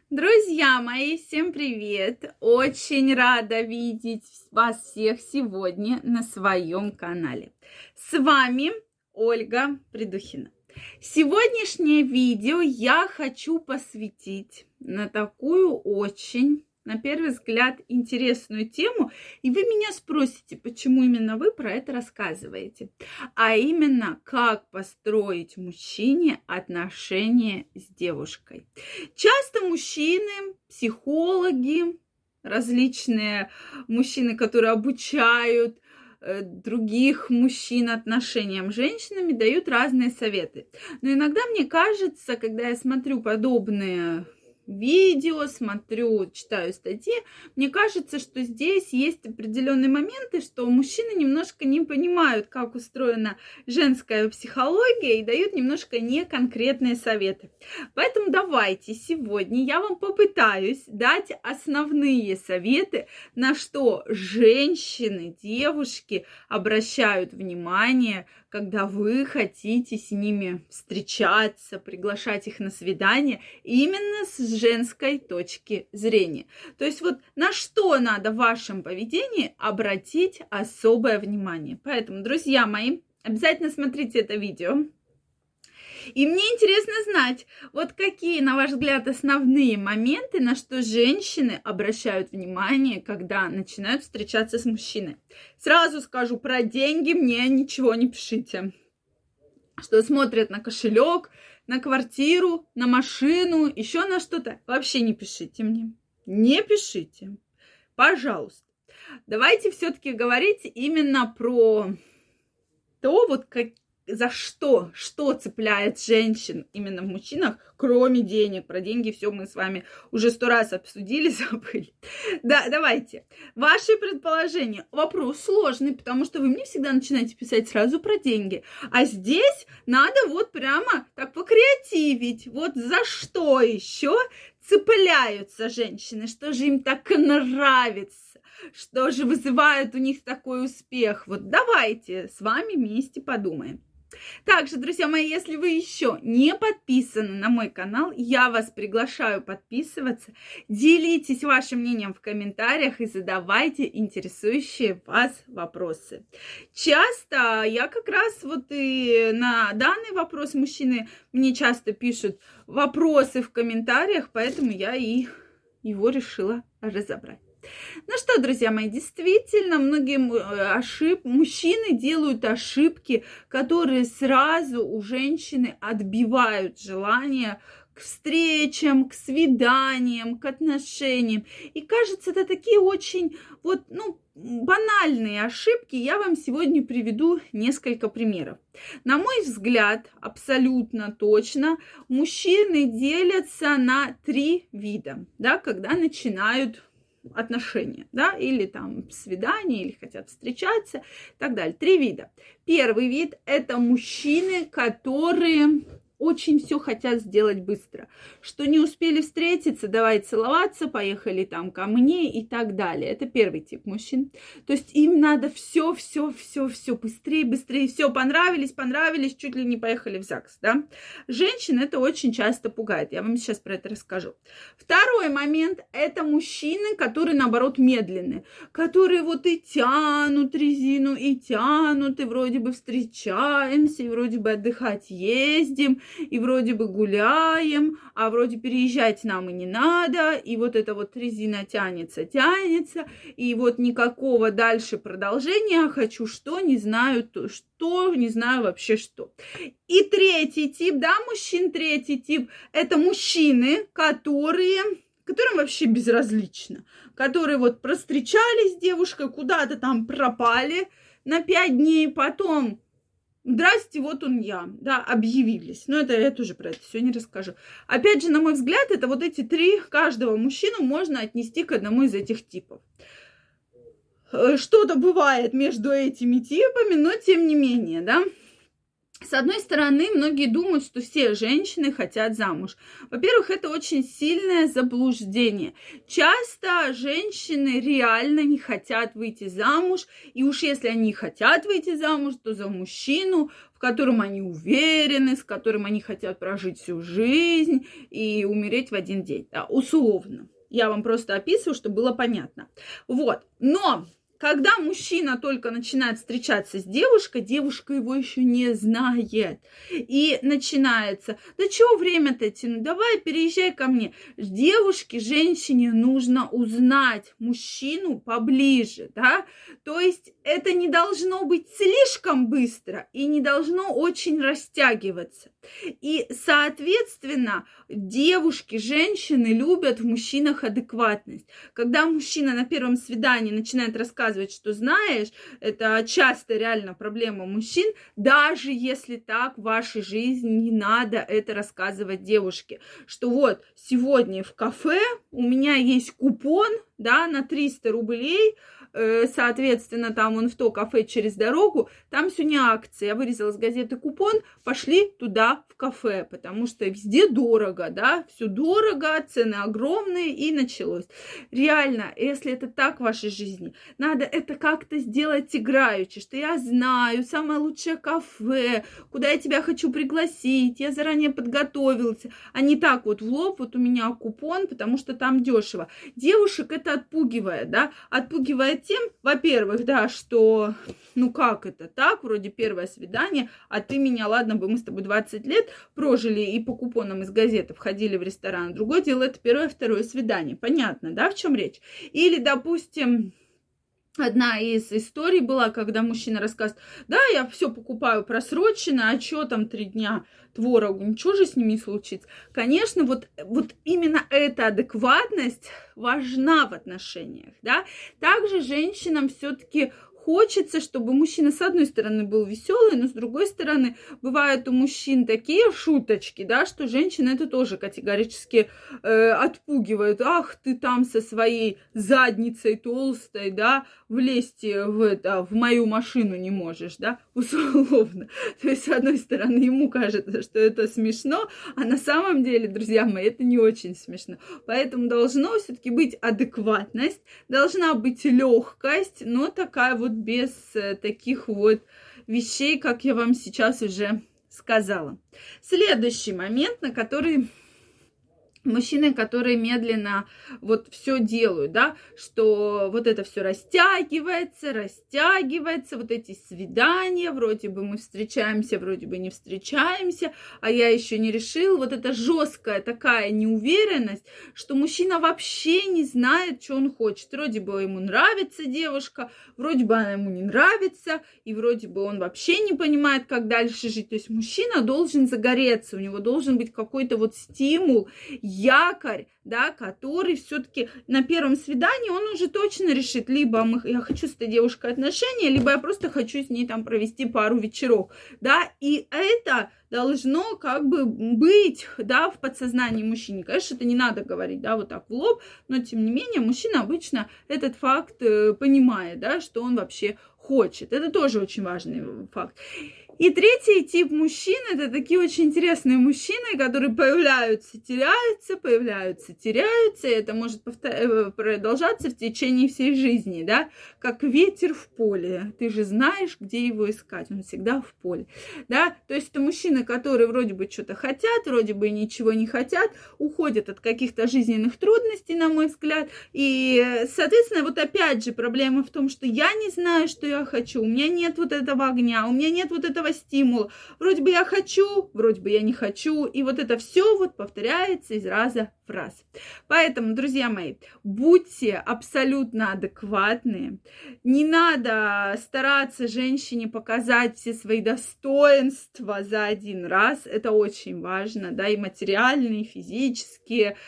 Друзья мои, всем привет! Очень рада видеть вас всех сегодня на своем канале. С вами Ольга Придухина. Сегодняшнее видео я хочу посвятить на такую очень, на первый взгляд, интересную тему. И вы меня спросите, почему именно вы про это рассказываете. А именно, как построить мужчине отношения с девушкой. Часто мужчины, психологи, различные мужчины, которые обучают других мужчин отношениям с женщинами, дают разные советы. Но иногда мне кажется, когда я смотрю подобные видео, смотрю, читаю статьи, мне кажется, что здесь есть определенные моменты, что мужчины немножко не понимают, как устроена женская психология и дают немножко неконкретные советы. Поэтому давайте сегодня я вам попытаюсь дать основные советы, на что женщины, девушки обращают внимание, когда вы хотите с ними встречаться, приглашать их на свидание именно с женской точки зрения. То есть вот на что надо в вашем поведении обратить особое внимание. Поэтому, друзья мои, обязательно смотрите это видео. И мне интересно знать, вот какие, на ваш взгляд, основные моменты, на что женщины обращают внимание, когда начинают встречаться с мужчиной. Сразу скажу, про деньги мне ничего не пишите. Что смотрят на кошелек, на квартиру, на машину, еще на что-то. Вообще не пишите мне. Не пишите. Пожалуйста. Давайте все-таки говорить именно про то, вот за что цепляет женщин именно в мужчинах, кроме денег. Про деньги все мы с вами уже 100 раз обсудили, забыли. Да, давайте. Ваши предположения. Вопрос сложный, потому что вы мне всегда начинаете писать сразу про деньги. А здесь надо вот прямо так покреативить. Вот за что еще цепляются женщины, что же им так нравится, что же вызывает у них такой успех. Вот давайте с вами вместе подумаем. Также, друзья мои, если вы еще не подписаны на мой канал, я вас приглашаю подписываться. Делитесь вашим мнением в комментариях и задавайте интересующие вас вопросы. Часто я как раз вот и на данный вопрос мужчины мне часто пишут вопросы в комментариях, поэтому я и его решила разобрать. Ну что, друзья мои, действительно, многие мужчины делают ошибки, которые сразу у женщины отбивают желание к встречам, к свиданиям, к отношениям. И кажется, это такие очень банальные ошибки. Я вам сегодня приведу несколько примеров. На мой взгляд, абсолютно точно, мужчины делятся на 3 вида, да, когда начинают отношения, да, или там свидания, или хотят встречаться, и так далее. 3 вида. Первый вид – это мужчины, которые очень все хотят сделать быстро. Что не успели встретиться, давай целоваться, поехали там ко мне и так далее. Это первый тип мужчин. То есть им надо все быстрее, все понравились, чуть ли не поехали в ЗАГС, да. Женщин это очень часто пугает. Я вам сейчас про это расскажу. Второй момент – это мужчины, которые, наоборот, медленные, которые вот и тянут резину, и тянут, и вроде бы встречаемся, и вроде бы отдыхать ездим, и вроде бы гуляем, а вроде переезжать нам и не надо, и вот эта вот резина тянется, и вот никакого дальше продолжения, а хочу что, не знаю вообще что. И третий тип, да, мужчин, третий тип, это мужчины, которым вообще безразлично, которые вот простречались с девушкой, куда-то там пропали на 5 дней, потом здрасте, вот он я, да, объявились. Но это я тоже про это все не расскажу. Опять же, на мой взгляд, это вот эти 3, каждого мужчину можно отнести к одному из этих типов. Что-то бывает между этими типами, но тем не менее, да. С одной стороны, многие думают, что все женщины хотят замуж. Во-первых, это очень сильное заблуждение. Часто женщины реально не хотят выйти замуж, и уж если они хотят выйти замуж, то за мужчину, в которым они уверены, с которым они хотят прожить всю жизнь и умереть в один день. Да, условно. Я вам просто описываю, чтобы было понятно. Вот. Но когда мужчина только начинает встречаться с девушкой, девушка его еще не знает. И начинается: да чего время-то тянуть, давай переезжай ко мне. Девушке, женщине нужно узнать мужчину поближе, да. То есть это не должно быть слишком быстро и не должно очень растягиваться. И, соответственно, девушки, женщины любят в мужчинах адекватность. Когда мужчина на первом свидании начинает рассказывать, что знаешь, это часто реально проблема мужчин, даже если так в вашей жизни, не надо это рассказывать девушке, что вот сегодня в кафе у меня есть купон, да, на 300 рублей, соответственно, там он в то кафе через дорогу, там сегодня акция. Я вырезала с газеты купон, пошли туда в кафе, потому что везде дорого, да, все дорого, цены огромные, и началось. Реально, если это так в вашей жизни, надо это как-то сделать играючи, что я знаю самое лучшее кафе, куда я тебя хочу пригласить, я заранее подготовился, а не так вот в лоб, вот у меня купон, потому что там дешево. Девушек это отпугивает, да, отпугивает тем, во-первых, да, что, ну как это так, вроде первое свидание, а ты меня, ладно бы мы с тобой 20 лет прожили и по купонам из газеты входили в ресторан. Другое дело, это первое, второе свидание. Понятно, да, в чем речь? Или, допустим, одна из историй была, когда мужчина рассказывает: да, я все покупаю просроченно, а что там 3 дня творогу, ничего же с ними не случится. Конечно, вот именно эта адекватность важна в отношениях, да. Также женщинам все-таки хочется, чтобы мужчина, с одной стороны, был веселый, но с другой стороны, бывают у мужчин такие шуточки, да, что женщины это тоже категорически отпугивают. Ах, ты там со своей задницей толстой, да, влезть в мою машину не можешь, да, условно. То есть, с одной стороны, ему кажется, что это смешно, а на самом деле, друзья мои, это не очень смешно. Поэтому должно все-таки быть адекватность, должна быть легкость, но такая вот без таких вот вещей, как я вам сейчас уже сказала. Следующий момент, на который мужчины, которые медленно вот все делают, да, что вот это все растягивается, вот эти свидания, вроде бы мы встречаемся, вроде бы не встречаемся, а я еще не решил. Вот эта жесткая такая неуверенность, что мужчина вообще не знает, что он хочет. Вроде бы ему нравится девушка, вроде бы она ему не нравится, и вроде бы он вообще не понимает, как дальше жить. То есть мужчина должен загореться, у него должен быть какой-то вот стимул, якорь, да, который все-таки на первом свидании он уже точно решит, либо я хочу с этой девушкой отношения, либо я просто хочу с ней там провести пару вечеров, да, и это должно как бы быть, да, в подсознании мужчины. Конечно, это не надо говорить, да, вот так в лоб, но тем не менее мужчина обычно этот факт понимает, да, что он вообще хочет. Это тоже очень важный факт. И третий тип мужчин — это такие очень интересные мужчины, которые появляются, теряются, и это может продолжаться в течение всей жизни, да, как ветер в поле. Ты же знаешь, где его искать, он всегда в поле, да. То есть это мужчины, которые вроде бы что-то хотят, вроде бы ничего не хотят, уходят от каких-то жизненных трудностей, на мой взгляд, и, соответственно, вот опять же проблема в том, что я не знаю, что я хочу, у меня нет вот этого огня, у меня нет вот этого стимула. Вроде бы я хочу, вроде бы я не хочу. И вот это все вот повторяется из раза в раз. Поэтому, друзья мои, будьте абсолютно адекватные. Не надо стараться женщине показать все свои достоинства за один раз. Это очень важно, да, и материальные, и физические,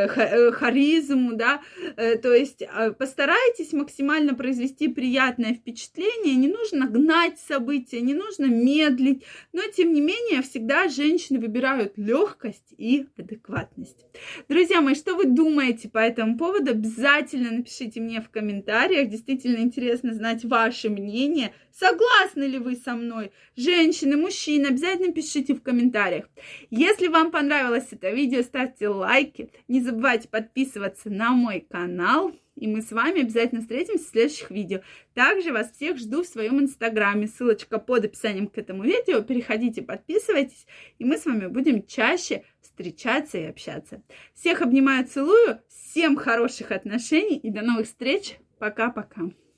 харизму, да. То есть постарайтесь максимально произвести приятное впечатление. Не нужно гнать события, не нужно медлить, но тем не менее всегда женщины выбирают легкость и адекватность. Друзья мои, что вы думаете по этому поводу? Обязательно напишите мне в комментариях. Действительно интересно знать ваше мнение. Согласны ли вы со мной? Женщины, мужчины, обязательно пишите в комментариях. Если вам понравилось это видео, ставьте лайки. Не забывайте подписываться на мой канал. и мы с вами обязательно встретимся в следующих видео. Также вас всех жду в своем инстаграме. Ссылочка под описанием к этому видео. Переходите, подписывайтесь, и мы с вами будем чаще встречаться и общаться. Всех обнимаю, целую, всем хороших отношений и до новых встреч. Пока-пока.